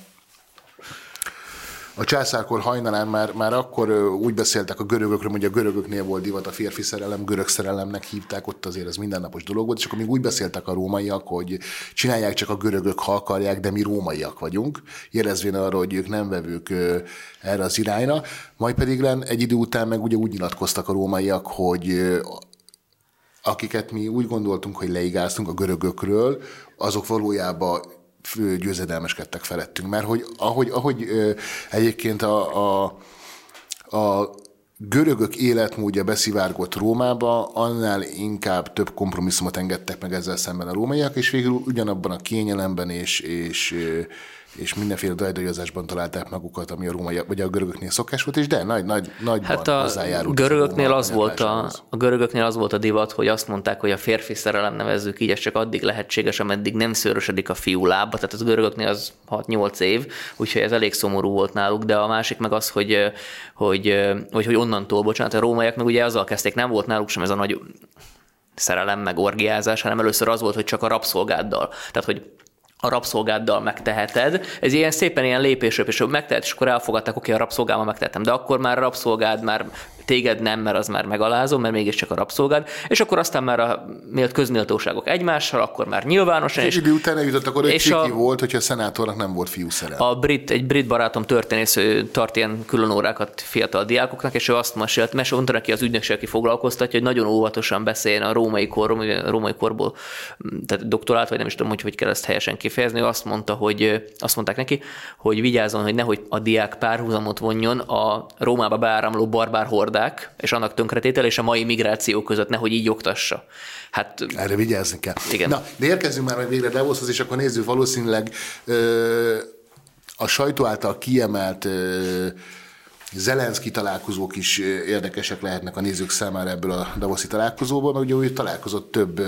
A császárkor hajnalán már, már akkor úgy beszéltek a görögökről, hogy a görögöknél volt divat a férfi szerelem, görög szerelemnek hívták, ott azért ez mindennapos dolog volt, és akkor még úgy beszéltek a rómaiak, hogy csinálják csak a görögök, ha akarják, de mi rómaiak vagyunk, jelezvén arra, hogy ők nem vevők erre az irányra. Majd pedig egy idő után meg ugye úgy nyilatkoztak a rómaiak, hogy akiket mi úgy gondoltunk, hogy leigáztunk a görögökről, azok valójában győzedelmeskedtek felettünk, mert hogy ahogy, ahogy ö, egyébként a, a, a görögök életmódja beszivárgott Rómába, annál inkább több kompromisszumot engedtek meg ezzel szemben a rómaiak, és végül ugyanabban a kényelemben és, és, és mindenféle dajdajozásban találták magukat, ami a rómaiak, vagy a görögöknél szokás volt, és de nagy, nagy, nagyban hát a hozzájárult. Görögöknél az volt a, a görögöknél az volt a divat, hogy azt mondták, hogy a férfi szerelem, nevezzük így, ez csak addig lehetséges, ameddig nem szőrösödik a fiú lába, tehát az görögöknél az hat-nyolc év, úgyhogy ez elég szomorú volt náluk, de a másik meg az, hogy, hogy, hogy, hogy onnantól, bocsánat, a rómaiak meg ugye azzal kezdték, nem volt náluk sem ez a nagy szerelem, meg orgiázás, hanem először az volt, hogy csak a rabszolgáddal. Tehát, hogy a rabszolgáddal megteheted. Ez ilyen szépen ilyen lépésről, és megtehet, és akkor elfogadták, oké, a rabszolgámmal megtehetem, de akkor már a rabszolgád már téged nem, mert az már megalázó, mert mégiscsak a rabszolgád, és akkor aztán már a közméltóságok egymással, akkor már nyilvánosan. És idő után eljutott, akkor egy ciki a, volt, hogyha a szenátornak nem volt fiú szerep. A brit, egy brit barátom történész, ő tart ilyen külön órákat fiatal diákoknak, és ő azt mesélt, mert mondta neki az ügynökség, aki foglalkoztatja, hogy nagyon óvatosan beszéljen a római korról, a római korból, tehát doktorált, vagy nem is tudom, hogy hogy kell ezt helyesen kifejezni, ő azt mondta, hogy azt mondták neki, hogy vigyázzon, hogy nehogy a diák párhuzamot vonjon a Rómába beáramló barbár hordák, és annak tönkretétel, és a mai migráció között, nehogy így oktassa. Hát, erre vigyázni kell. Igen. Na, de érkezzünk már meg végre Davoshoz, és akkor nézzük valószínűleg ö, a sajtó által kiemelt ö, Zelenszky találkozók is érdekesek lehetnek a nézők számára ebből a Davoszi találkozóból, mert ugye ő találkozott több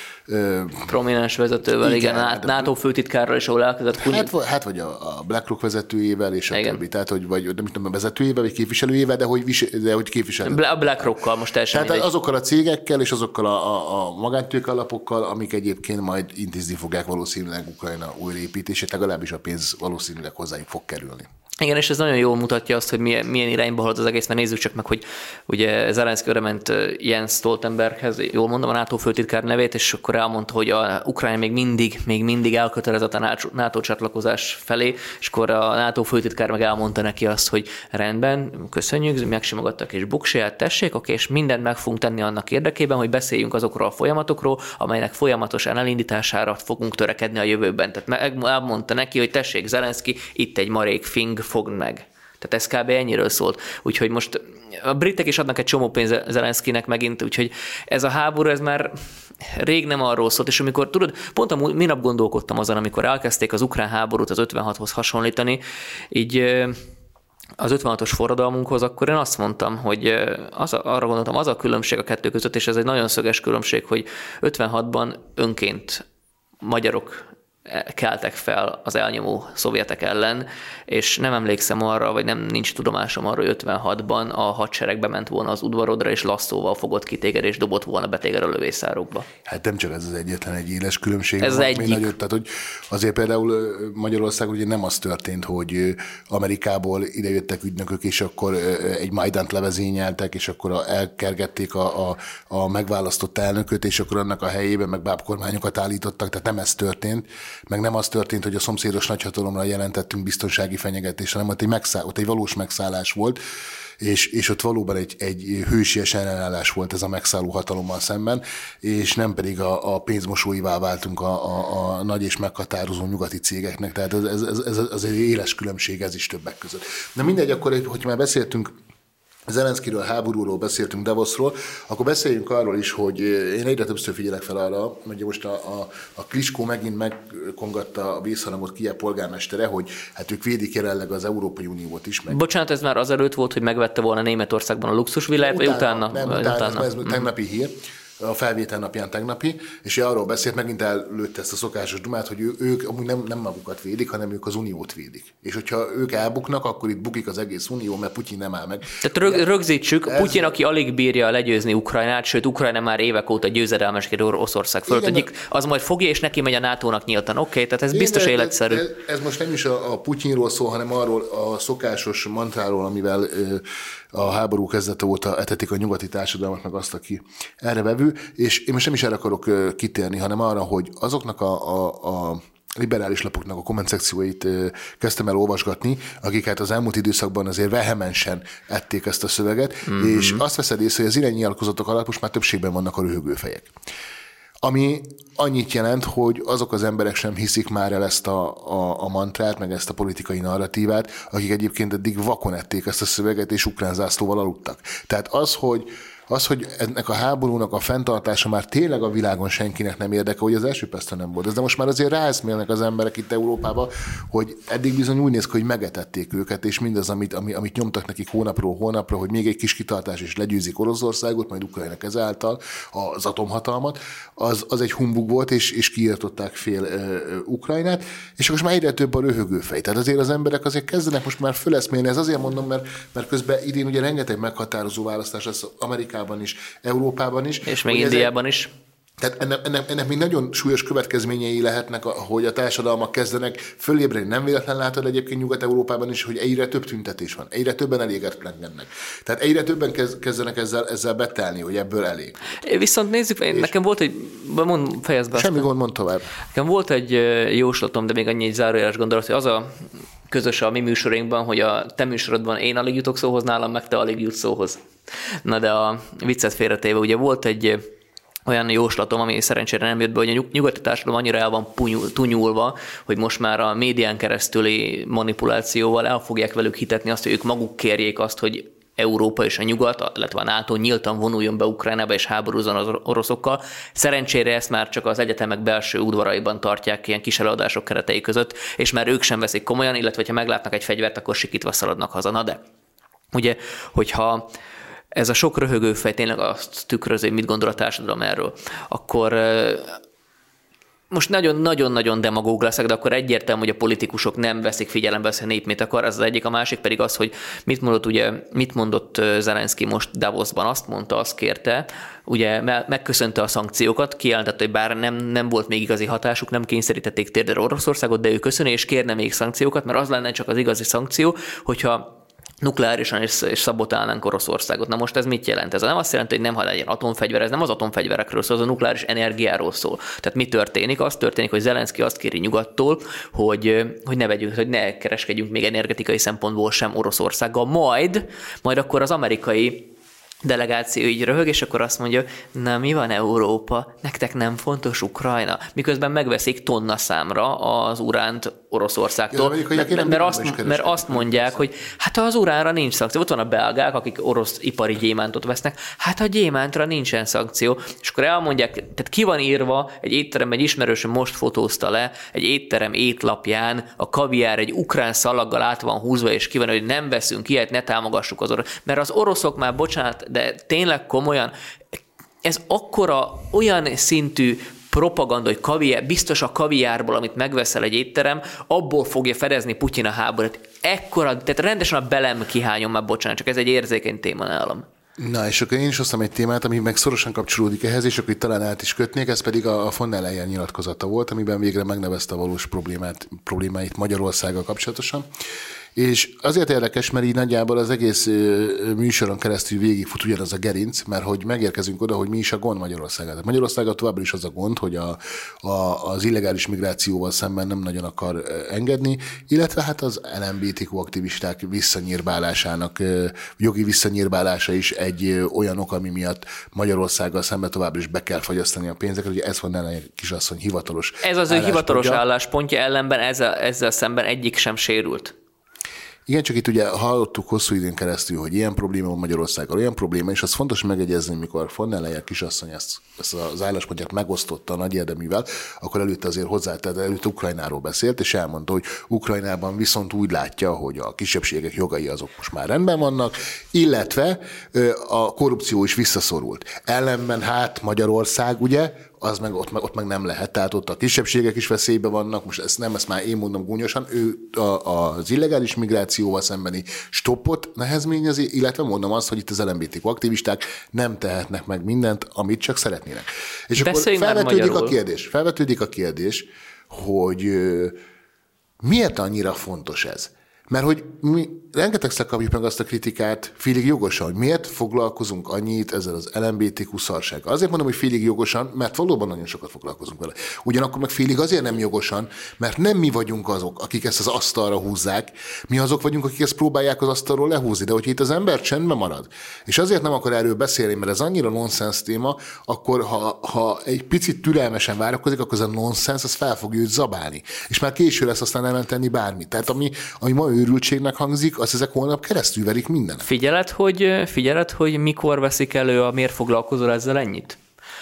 prominens vezetővel, igen, igen NATO főtitkárral is, ahol elkezdett kunyi. Hát, hát vagy a BlackRock vezetőjével, és a igen. többi, tehát hogy vagy nem tudom, a vezetőjével, vagy képviselőjével, de hogy, visel, de hogy képviselő. A BlackRockkal most teljesen. Tehát azokkal a cégekkel és azokkal a, a, a magántőkealapokkal, amik egyébként majd intézni fogják valószínűleg Ukrajna újraépítését, legalábbis a pénz valószínűleg hozzájuk fog kerülni. Igen, és ez nagyon jól mutatja azt, hogy milyen, milyen irányba halad az egész, mert nézzük csak meg, hogy ugye Zelenszky oda ment Jens Stoltenberghez, jól mondom a NATO főtitkár nevét, és akkor elmondta, hogy a Ukrajna még mindig, még mindig elkötelezett a NATO csatlakozás felé, és akkor a NATO főtitkár meg elmondta neki azt, hogy rendben, köszönjük, megsimogattak és buksiját, tessék, oké, és mindent meg fogunk tenni annak érdekében, hogy beszéljünk azokról a folyamatokról, amelynek folyamatosan elindítására fogunk törekedni a jövőben. Tehát elmondta neki, hogy tessék, Zelenszky, itt egy marék fing, fogd meg. Tehát ez kb. Ennyiről szólt. Úgyhogy most a britek is adnak egy csomó pénzt Zelenszkynek megint, úgyhogy ez a háború, ez már rég nem arról szólt, és amikor tudod, pont a minap gondolkodtam azon, amikor elkezdték az ukrán háborút az ötvenhathoz hasonlítani, így az ötvenhatos forradalmunkhoz, akkor én azt mondtam, hogy az, arra gondoltam, az a különbség a kettő között, és ez egy nagyon szöges különbség, hogy ötvenhatban önként magyarok keltek fel az elnyomó szovjetek ellen, és nem emlékszem arra, vagy nem nincs tudomásom arra, hogy ötvenhatban a hadsereg bement volna az udvarodra, és lasszóval fogott ki téged, és dobott volna be téged a lövészárokba. Hát nem csak ez az egyetlen egy éles különbség. Ez az egyik. Nagyobb, tehát, hogy azért például Magyarországon ugye nem az történt, hogy Amerikából idejöttek ügynökök, és akkor egy Majdant levezényeltek, akkor elkergették a, a, a megválasztott elnököt, és akkor annak a helyében meg bábkormányokat állítottak, tehát nem ez történt. Meg nem az történt, hogy a szomszédos nagyhatalomra jelentettünk biztonsági fenyegetést, hanem ott egy, megszáll, ott egy valós megszállás volt, és, és ott valóban egy, egy hősies ellenállás volt ez a megszálló hatalommal szemben, és nem pedig a, a pénzmosóivá váltunk a, a, a nagy és meghatározó nyugati cégeknek, tehát ez, ez, ez, ez egy éles különbség, ez is többek között. De mindegy, akkor, hogy már beszéltünk Zelenszkyről, háborúról, beszéltünk Davosról, akkor beszéljünk arról is, hogy én egyre többször figyelek fel arra, hogy most a, a, a Klitschko megint megkongatta a vészharangot Kijev polgármestere, hogy hát ők védik jelenleg az Európai Uniót is. Meg. Bocsánat, ez már azelőtt volt, hogy megvette volna Németországban a luxusvillát, vagy utána? Nem, utána, utána. Ez, ez tegnapi hír. A felvétel napján tegnapi, és arról beszélt, megint előtte ezt a szokásos dumát, hogy ő, ők amúgy nem, nem magukat védik, hanem ők az Uniót védik. És hogyha ők elbuknak, akkor itt bukik az egész Unió, mert Putyin nem áll meg. Tehát rög, rögzítsük, ez... Putyin, aki alig bírja legyőzni Ukrajnát, sőt, Ukrajna már évek óta győzedelmeskedik Oroszország fölött, egyik, az majd fogja, és neki megy a nátónak nyíltan. Oké, okay, tehát ez igen, biztos életszerű. Ez, ez most nem is a, a Putyinról szól, hanem arról a szokásos mantráról, amivel ö, a háború kezdete óta etetik a nyugati társadalmat, meg azt, aki erre vevő, és én most nem is erre akarok kitérni, hanem arra, hogy azoknak a, a, a liberális lapoknak a komment szekcióit kezdtem el olvasgatni, akik hát az elmúlt időszakban azért vehemensen ették ezt a szöveget, mm-hmm. és azt veszed észre, hogy az iránynyilatkozatok alatt most már többségben vannak a röhögőfejek. Ami annyit jelent, hogy azok az emberek sem hiszik már el ezt a, a, a mantrát, meg ezt a politikai narratívát, akik egyébként eddig vakon ették ezt a szöveget, és ukrán zászlóval aludtak. Tehát az, hogy Az, hogy ennek a háborúnak a fenntartása már tényleg a világon senkinek nem érdekel, hogy az első percben nem volt. De most már azért ráeszmélnek az emberek itt Európában, hogy eddig bizony úgy néz ki, hogy megetették őket, és mindaz, amit, amit, amit nyomtak nekik hónapról hónapra, hogy még egy kis kitartás és legyőzik Oroszországot, majd Ukrajna ezáltal az atomhatalmat, az, az egy humbug volt, és, és kiirtották fél uh, Ukrajnát, és most már egyre több a röhögőfej. Tehát azért az emberek azért kezdenek most már föleszmélni, ez azért mondom, mert, mert közben idén ugye rengeteg meghatározó választás lesz Amerikában is, Európában is. És még Indiában ezek, is. Tehát ennek, ennek, ennek még nagyon súlyos következményei lehetnek, hogy a társadalmak kezdenek fölébredni. Nem véletlen látod egyébként Nyugat-Európában is, hogy egyre több tüntetés van, egyre többen elégedetlenkednek. Tehát egyre többen kezdenek ezzel, ezzel betelni, hogy ebből elég. Viszont nézzük, én, nekem volt egy, mond, fejezd be. Semmi gond, mond tovább. Nekem volt egy jóslatom, de még annyi egy zárójeles gondolat, hogy az a közös a mi műsorunkban, hogy a te műsorodban én alig jutok szóhoz, nálam meg te alig jutsz szóhoz. Na de a viccet félretéve, ugye volt egy olyan jóslatom, ami szerencsére nem jött be, hogy a nyugati társadalom annyira el van tunyulva, hogy most már a médián keresztüli manipulációval el fogják velük hitetni azt, hogy ők maguk kérjék azt, hogy Európa és a nyugat, illetve a NATO nyíltan vonuljon be Ukrajnába és háborúzzon az oroszokkal. Szerencsére ezt már csak az egyetemek belső udvaraiban tartják ilyen kis előadások keretei között, és már ők sem veszik komolyan, illetve ha meglátnak egy fegyvert, akkor sikítva szaladnak haza. Na de, ugye, hogyha ez a sok röhögőfej tényleg azt tükrözi, mit gondol a társadalom erről, akkor most nagyon-nagyon-nagyon demagóg leszek, de akkor egyértelmű, hogy a politikusok nem veszik figyelembe azt, hogy a nép mit akar, ez az egyik, a másik pedig az, hogy mit mondott, ugye, mit mondott Zelenszky most Davosban, azt mondta, azt kérte, ugye megköszönte a szankciókat, kijelentette, hogy bár nem, nem volt még igazi hatásuk, nem kényszerítették térdre Oroszországot, de ő köszöni és kérne még szankciókat, mert az lenne csak az igazi szankció, hogyha nukleárisan és, és szabotálnánk Oroszországot. Na most ez mit jelent? Ez nem azt jelenti, hogy nem ha legyen atomfegyver, ez nem az atomfegyverekről szól, az a nukleáris energiáról szól. Tehát mi történik? Az történik, hogy Zelenszky azt kéri nyugattól, hogy, hogy ne vegyünk, hogy ne kereskedjünk még energetikai szempontból sem Oroszországgal, majd, majd akkor az amerikai delegáció így röhög, és akkor azt mondja, na mi van Európa, nektek nem fontos Ukrajna, miközben megveszik tonna számra az uránt Oroszországtól, ja, mert, mert, mert, azt, mert azt mondják, hogy hát az uránra nincs szankció. Ott van a belgák, akik orosz ipari gyémántot vesznek, hát a gyémántra nincsen szankció, és akkor elmondják, tehát ki van írva, egy étterem, egy ismerősöm most fotózta le, egy étterem étlapján a kaviár egy ukrán szalaggal át van húzva, és ki van, hogy nem veszünk ilyet, ne támogassuk az orosz. Mert az oroszok már, bocsánat, de tényleg komolyan, ez akkora olyan szintű propaganda, hogy kaviár, biztos a kaviárból, amit megveszel egy étterem, abból fogja fedezni Putyin a háborút. Ekkora, tehát rendesen a belem kihányom már, bocsánat, csak ez egy érzékeny téma nálam. Na, és akkor én is hoztam egy témát, ami meg szorosan kapcsolódik ehhez, és akkor itt talán át is kötnék, ez pedig a von der Leyen nyilatkozata volt, amiben végre megnevezte a valós problémát, problémáit Magyarországgal kapcsolatosan. És azért érdekes, mert így nagyjából az egész műsoron keresztül végigfut ugyanaz a gerinc, mert hogy megérkezünk oda, hogy mi is a gond Magyarországon. Magyarországon továbbra is az a gond, hogy a, a, az illegális migrációval szemben nem nagyon akar engedni, illetve hát az el em bé té kú aktivisták visszanyírbálásának, jogi visszanyírbálása is egy olyan ok, ami miatt Magyarországgal szemben továbbra is be kell fagyasztani a pénzeket, ugye ez van egy kisasszony hivatalos Ez az ő hivatalos álláspontja, ellenben ezzel, ezzel szemben egyik sem sérült. Igen, csak itt ugye hallottuk hosszú időn keresztül, hogy ilyen probléma van Magyarországgal, olyan probléma, és az fontos megegyezni, mikor von der Leyen kisasszony ezt, ezt az álláspontját megosztotta a nagy érdeművel, akkor előtte azért hozzá, tehát előtte Ukrajnáról beszélt, és elmondta, hogy Ukrajnában viszont úgy látja, hogy a kisebbségek jogai azok most már rendben vannak, illetve a korrupció is visszaszorult. Ellenben hát Magyarország, ugye, az meg ott, meg ott meg nem lehet. Tehát ott a kisebbségek is veszélyben vannak, most ezt nem, ezt már én mondom gúnyosan, ő a, az illegális migrációval szembeni stoppot nehezményezi, illetve mondom azt, hogy itt az el em bé té kú aktivisták nem tehetnek meg mindent, amit csak szeretnének. És Beszéljünk akkor felvetődik a kérdés, felvetődik a kérdés, hogy miért annyira fontos ez? Mert hogy mi rengetegszer kapjuk meg azt a kritikát, félig jogosan, hogy miért foglalkozunk annyit ezzel az el em bé té kú szarsággal. Azért mondom, hogy félig jogosan, mert valóban nagyon sokat foglalkozunk vele. Ugyanakkor meg félig azért nem jogosan, mert nem mi vagyunk azok, akik ezt az asztalra húzzák, mi azok vagyunk, akik ezt próbálják az asztalról lehúzni. De hogyha itt az ember csendben marad, és azért nem akar erről beszélni, mert ez annyira nonsens téma, akkor ha, ha egy picit türelmesen várakozik, akkor az a nonsens, az fel fogja őt zabálni. És már késő lesz aztán elmentenni bármit. Tehát ami, ami ma őrültségnek hangzik, azt ezek holnap keresztül verik minden. Figyeled, hogy, figyeled, hogy mikor veszik elő a miért foglalkozol ezzel ennyit?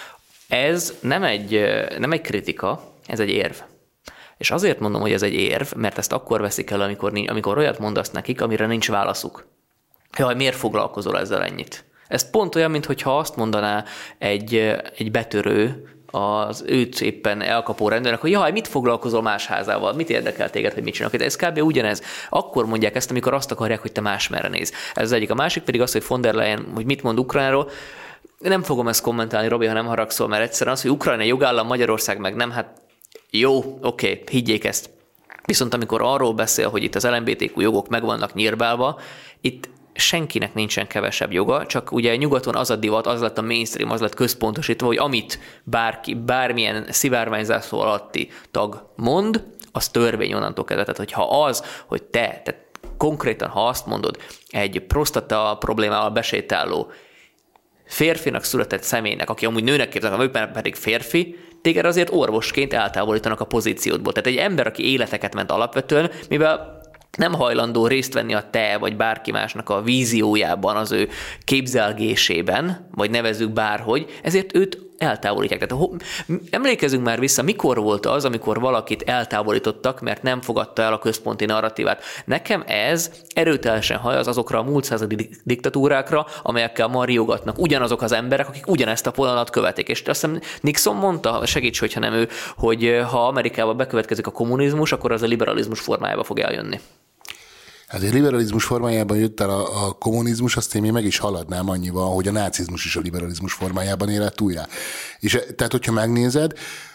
Ez nem egy, nem egy kritika, ez egy érv. És azért mondom, hogy ez egy érv, mert ezt akkor veszik el, amikor, amikor olyat mondasz nekik, amire nincs válaszuk. Jaj, miért foglalkozol ezzel ennyit? Ez pont olyan, mintha azt mondaná egy, egy betörő az őt éppen elkapó rendőrnek, hogy jaj, mit foglalkozol más házával, mit érdekel téged, hogy mit csinálok. De ez kb. Ugyanez. Akkor mondják ezt, amikor azt akarják, hogy te más merre néz. Ez az egyik. A másik pedig az, hogy von der Leyen, hogy mit mond Ukrajnáról. nem fogom ezt kommentálni, Robi, ha nem haragszol, mert egyszerűen az, hogy Ukrajna jogállam, Magyarország meg nem, hát jó, oké, okay, higgyék ezt. Viszont amikor arról beszél, hogy itt az el em bé té kú jogok meg vannak nyírbálva, itt senkinek nincsen kevesebb joga, csak ugye nyugaton az a divat, az lett a mainstream, az lett központosítva, hogy amit bárki, bármilyen szivárványzászló alatti tag mond, az törvény onnantól kezdve. Tehát, hogyha az, hogy te, tehát konkrétan, ha azt mondod, egy prostata problémával besétáló férfinak született személynek, aki amúgy nőnek képzelnek, vagy pedig férfi, téged azért orvosként eltávolítanak a pozíciódból. Tehát egy ember, aki életeket ment alapvetően, mivel nem hajlandó részt venni a te vagy bárki másnak a víziójában, az ő képzelgésében, vagy nevezzük bárhogy, ezért őt eltávolítják. Tehát emlékezzünk már vissza, mikor volt az, amikor valakit eltávolítottak, mert nem fogadta el a központi narratívát. Nekem ez erőteljesen hajaz azokra a múlt századi diktatúrákra, amelyekkel ma riogatnak ugyanazok az emberek, akik ugyanezt a vonalat követik. És azt hiszem Nixon mondta, segíts, hogyha nem ő, hogy ha Amerikában bekövetkezik a kommunizmus, akkor az a liberalizmus formájába fog eljönni. Hát a liberalizmus formájában jött el a, a kommunizmus, azt én még meg is haladnám annyival, hogy a nácizmus is a liberalizmus formájában élet újra. És tehát, hogyha megnézed,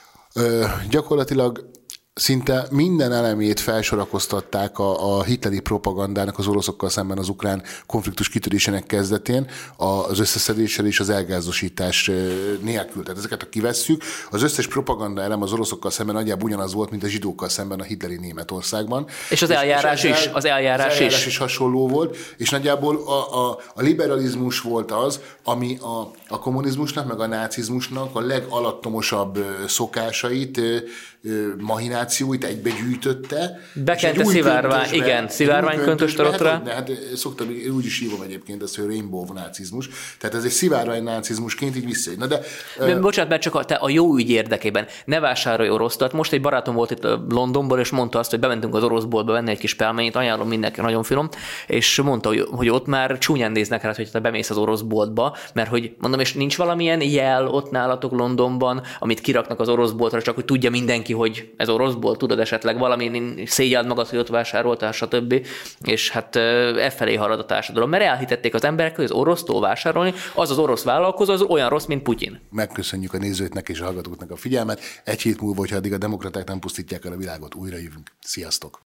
gyakorlatilag szinte minden elemét felsorakoztatták a, a hitleri propagandának az oroszokkal szemben az ukrán konfliktus kitörésének kezdetén az összeszedéssel és az elgázosítás nélkül. Tehát ezeket, ha kivesszük, az összes propaganda elem az oroszokkal szemben nagyjából ugyanaz volt, mint a zsidókkal szemben a hitleri Németországban. És az eljárás és, és is. Az eljárás, az eljárás is. is hasonló volt, és nagyjából a, a, a liberalizmus volt az, ami a, a kommunizmusnak, meg a nácizmusnak a legalattomosabb szokásait, mahinációit egybegyűjtötte. Bekente szivárvány, igen, szivárványköntöstorot rá. Hát szoktam, úgy is hívom egyébként ezt, hogy rainbow nácizmus. Tehát ez egy szivárvány nácizmusként így visszajöjj. Na de, de, bocsánat, mert csak a, te a jó ügy érdekében ne vásárolj orosz. Tehát most egy barátom volt itt Londonból, és mondta azt, hogy bementünk az orosz boltba venni egy kis pelmenyt, ajánlom mindenki, nagyon finom, és mondta, hogy, hogy ott már csúnyán néznek rá, hogy te bemész az orosz boltba, mert hogy mondom, és nincs valamilyen jel ott nálatok Londonban, amit kiraknak az orosz boltra, csak hogy tudja mindenki, hogy ez oroszból, tudod esetleg valami, szégyeld magad, hogy ott vásároltál, stb. És hát e felé halad a társadalom. Mert elhitették az emberek, hogy az orosztól vásárolni, az az orosz vállalkozó, az olyan rossz, mint Putyin. Megköszönjük a nézőknek és a hallgatóknak a figyelmet. Egy hét múlva, hogyha addig a demokraták nem pusztítják el a világot, újra jövünk. Sziasztok!